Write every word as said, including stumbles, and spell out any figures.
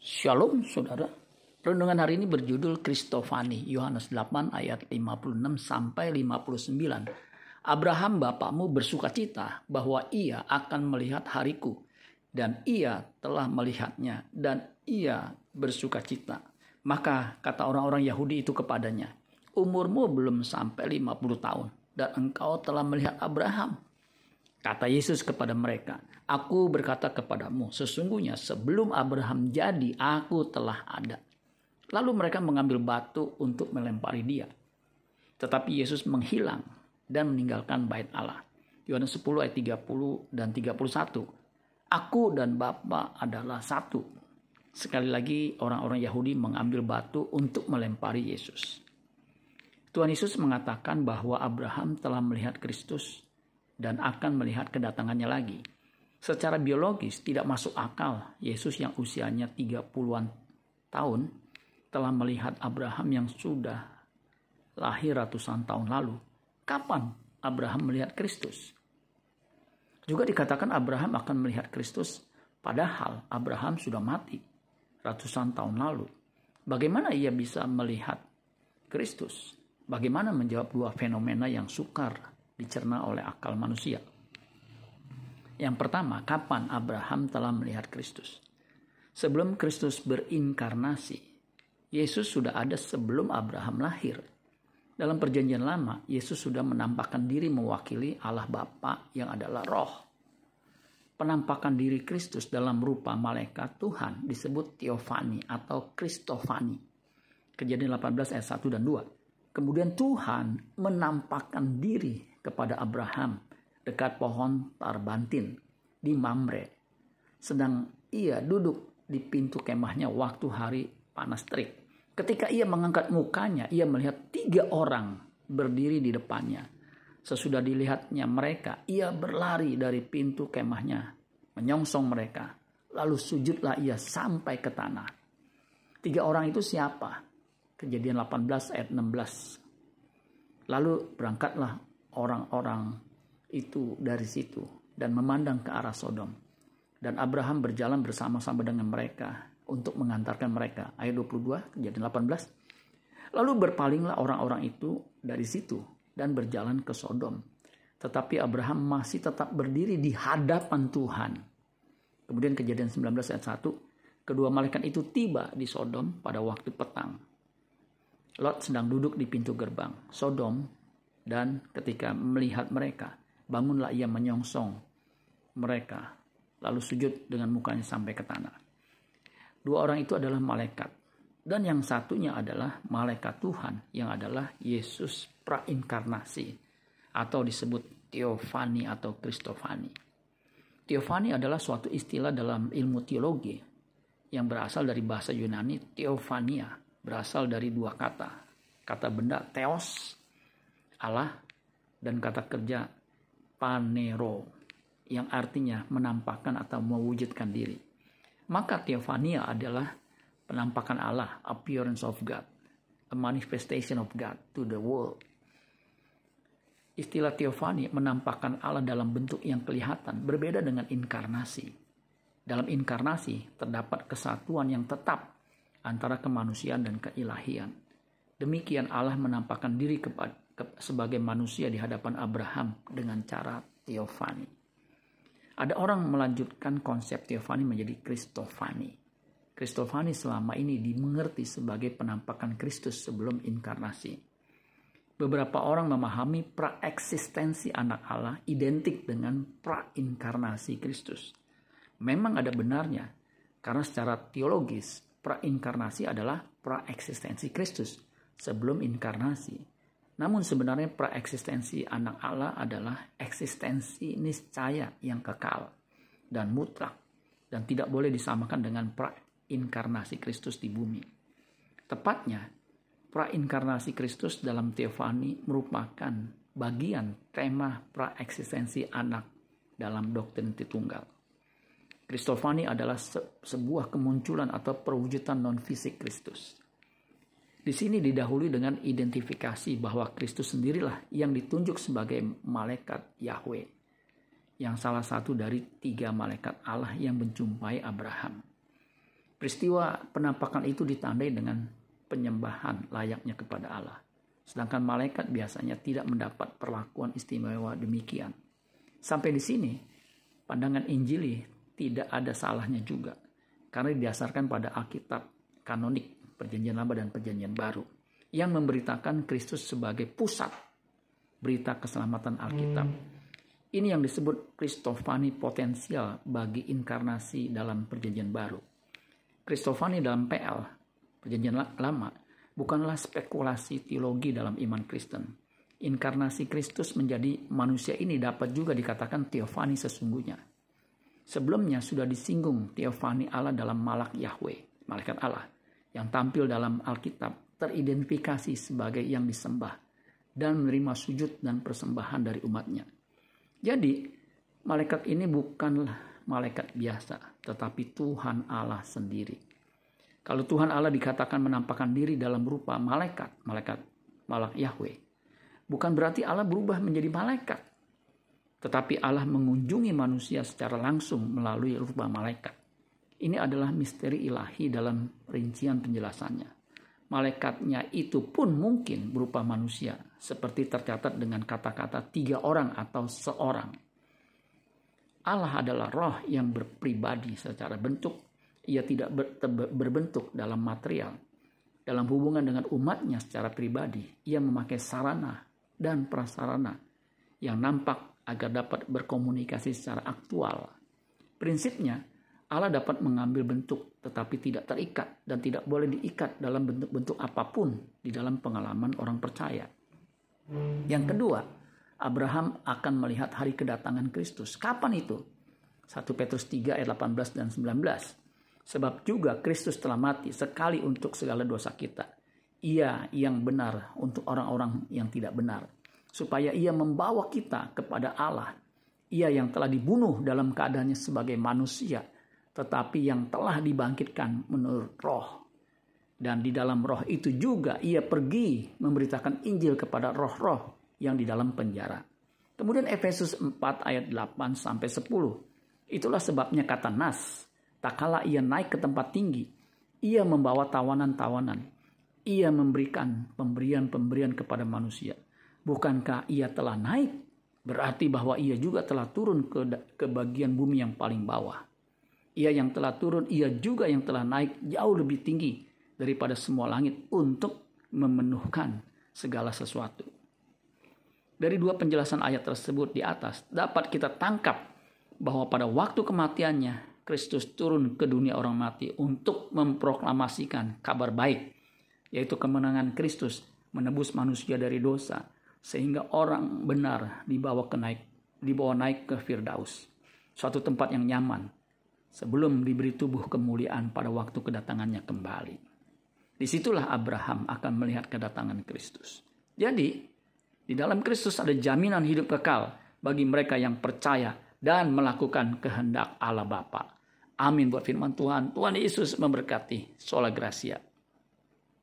Shalom saudara. Renungan hari ini berjudul Kristofani, Yohanes delapan ayat lima puluh enam sampai lima puluh sembilan. Abraham bapakmu bersukacita bahwa ia akan melihat hariku, dan ia telah melihatnya, dan ia bersukacita. Maka kata orang-orang Yahudi itu kepadanya, umurmu belum sampai lima puluh tahun, dan engkau telah melihat Abraham. Kata Yesus kepada mereka, aku berkata kepadamu, sesungguhnya sebelum Abraham jadi, aku telah ada. Lalu mereka mengambil batu untuk melempari dia. Tetapi Yesus menghilang dan meninggalkan bait Allah. Yohanes sepuluh ayat tiga puluh dan tiga puluh satu. Aku dan Bapa adalah satu. Sekali lagi orang-orang Yahudi mengambil batu untuk melempari Yesus. Tuhan Yesus mengatakan bahwa Abraham telah melihat Kristus dan akan melihat kedatangannya lagi. Secara biologis tidak masuk akal Yesus yang usianya tiga puluhan tahun telah melihat Abraham yang sudah lahir ratusan tahun lalu. Kapan Abraham melihat Kristus? Juga dikatakan Abraham akan melihat Kristus, padahal Abraham sudah mati ratusan tahun lalu. Bagaimana ia bisa melihat Kristus? Bagaimana menjawab dua fenomena yang sukar dicerna oleh akal manusia? Yang pertama, kapan Abraham telah melihat Kristus? Sebelum Kristus berinkarnasi, Yesus sudah ada sebelum Abraham lahir. Dalam perjanjian lama, Yesus sudah menampakkan diri mewakili Allah Bapa yang adalah roh. Penampakan diri Kristus dalam rupa malaikat Tuhan disebut teofani atau kristofani. Kejadian delapan belas ayat satu dan dua. Kemudian Tuhan menampakkan diri kepada Abraham dekat pohon tarbantin di Mamre. Sedang ia duduk di pintu kemahnya waktu hari panas terik. Ketika ia mengangkat mukanya, ia melihat tiga orang berdiri di depannya. Sesudah dilihatnya mereka, ia berlari dari pintu kemahnya, menyongsong mereka. Lalu sujudlah ia sampai ke tanah. Tiga orang itu siapa? Kejadian delapan belas ayat enam belas. Lalu berangkatlah orang-orang itu dari situ dan memandang ke arah Sodom. Dan Abraham berjalan bersama-sama dengan mereka untuk mengantarkan mereka. Ayat dua puluh dua, Kejadian delapan belas. Lalu berpalinglah orang-orang itu dari situ dan berjalan ke Sodom. Tetapi Abraham masih tetap berdiri di hadapan Tuhan. Kemudian Kejadian sembilan belas ayat satu. Kedua malaikat itu tiba di Sodom pada waktu petang. Lot sedang duduk di pintu gerbang Sodom, dan ketika melihat mereka, bangunlah ia menyongsong mereka, lalu sujud dengan mukanya sampai ke tanah. Dua orang itu adalah malaikat, dan yang satunya adalah malaikat Tuhan yang adalah Yesus prainkarnasi, atau disebut teofani atau kristofani. Teofani adalah suatu istilah dalam ilmu teologi yang berasal dari bahasa Yunani teofania, berasal dari dua kata. Kata benda theos, Allah, dan kata kerja panero, yang artinya menampakkan atau mewujudkan diri. Maka teofania adalah penampakan Allah, appearance of God, a manifestation of God to the world. Istilah teofani menampakkan Allah dalam bentuk yang kelihatan, berbeda dengan inkarnasi. Dalam inkarnasi terdapat kesatuan yang tetap antara kemanusiaan dan keilahian. Demikian Allah menampakkan diri kepada, ke, sebagai manusia di hadapan Abraham dengan cara teofani. Ada orang melanjutkan konsep teofani menjadi kristofani. Kristofani selama ini dimengerti sebagai penampakan Kristus sebelum inkarnasi. Beberapa orang memahami praeksistensi anak Allah identik dengan prainkarnasi Kristus. Memang ada benarnya, karena secara teologis prainkarnasi adalah praeksistensi Kristus sebelum inkarnasi. Namun sebenarnya praeksistensi anak Allah adalah eksistensi niscaya yang kekal dan mutlak dan tidak boleh disamakan dengan prainkarnasi Kristus di bumi. Tepatnya, prainkarnasi Kristus dalam teofani merupakan bagian tema praeksistensi anak dalam doktrin Tritunggal. Kristofani adalah se- sebuah kemunculan atau perwujudan non-fisik Kristus. Di sini didahului dengan identifikasi bahwa Kristus sendirilah yang ditunjuk sebagai malaikat Yahweh, yang salah satu dari tiga malaikat Allah yang menjumpai Abraham. Peristiwa penampakan itu ditandai dengan penyembahan layaknya kepada Allah. Sedangkan malaikat biasanya tidak mendapat perlakuan istimewa demikian. Sampai di sini, pandangan Injili tidak ada salahnya juga. Karena didasarkan pada Alkitab kanonik, Perjanjian Lama dan Perjanjian Baru, yang memberitakan Kristus sebagai pusat berita keselamatan Alkitab. Ini yang disebut Kristofani potensial bagi inkarnasi dalam Perjanjian Baru. Kristofani dalam P L, Perjanjian Lama, bukanlah spekulasi teologi dalam iman Kristen. Inkarnasi Kristus menjadi manusia ini dapat juga dikatakan teofani sesungguhnya. Sebelumnya sudah disinggung teofani Allah dalam Malak Yahweh, malaikat Allah, yang tampil dalam Alkitab teridentifikasi sebagai yang disembah dan menerima sujud dan persembahan dari umatnya. Jadi, malaikat ini bukanlah malaikat biasa, tetapi Tuhan Allah sendiri. Kalau Tuhan Allah dikatakan menampakkan diri dalam rupa malaikat, malaikat Malak Yahweh, bukan berarti Allah berubah menjadi malaikat, tetapi Allah mengunjungi manusia secara langsung melalui rupa malaikat. Ini adalah misteri ilahi dalam rincian penjelasannya. Malaikatnya itu pun mungkin berupa manusia, seperti tercatat dengan kata-kata tiga orang atau seorang. Allah adalah roh yang berpribadi secara bentuk. Ia tidak ber, berbentuk dalam material. Dalam hubungan dengan umatnya secara pribadi, ia memakai sarana dan prasarana yang nampak agar dapat berkomunikasi secara aktual. Prinsipnya, Allah dapat mengambil bentuk tetapi tidak terikat dan tidak boleh diikat dalam bentuk-bentuk apapun di dalam pengalaman orang percaya. Yang kedua, Abraham akan melihat hari kedatangan Kristus. Kapan itu? satu Petrus tiga ayat delapan belas dan sembilan belas. Sebab juga Kristus telah mati sekali untuk segala dosa kita. Ia yang benar untuk orang-orang yang tidak benar. Supaya ia membawa kita kepada Allah. Ia yang telah dibunuh dalam keadaannya sebagai manusia, tetapi yang telah dibangkitkan menurut roh. Dan di dalam roh itu juga ia pergi memberitakan Injil kepada roh-roh yang di dalam penjara. Kemudian Efesus empat ayat delapan sampai sepuluh. Itulah sebabnya kata nas, tak kala ia naik ke tempat tinggi, ia membawa tawanan-tawanan. Ia memberikan pemberian-pemberian kepada manusia. Bukankah ia telah naik? Berarti bahwa ia juga telah turun ke, ke bagian bumi yang paling bawah. Ia yang telah turun, ia juga yang telah naik jauh lebih tinggi daripada semua langit untuk memenuhkan segala sesuatu. Dari dua penjelasan ayat tersebut di atas, dapat kita tangkap bahwa pada waktu kematiannya, Kristus turun ke dunia orang mati untuk memproklamasikan kabar baik, yaitu kemenangan Kristus menebus manusia dari dosa, sehingga orang benar dibawa ke naik, dibawa naik ke Firdaus, suatu tempat yang nyaman, sebelum diberi tubuh kemuliaan pada waktu kedatangannya kembali. Disitulah Abraham akan melihat kedatangan Kristus. Jadi, di dalam Kristus ada jaminan hidup kekal bagi mereka yang percaya dan melakukan kehendak Allah Bapa. Amin buat firman Tuhan. Tuhan Yesus memberkati. Sola Gracia.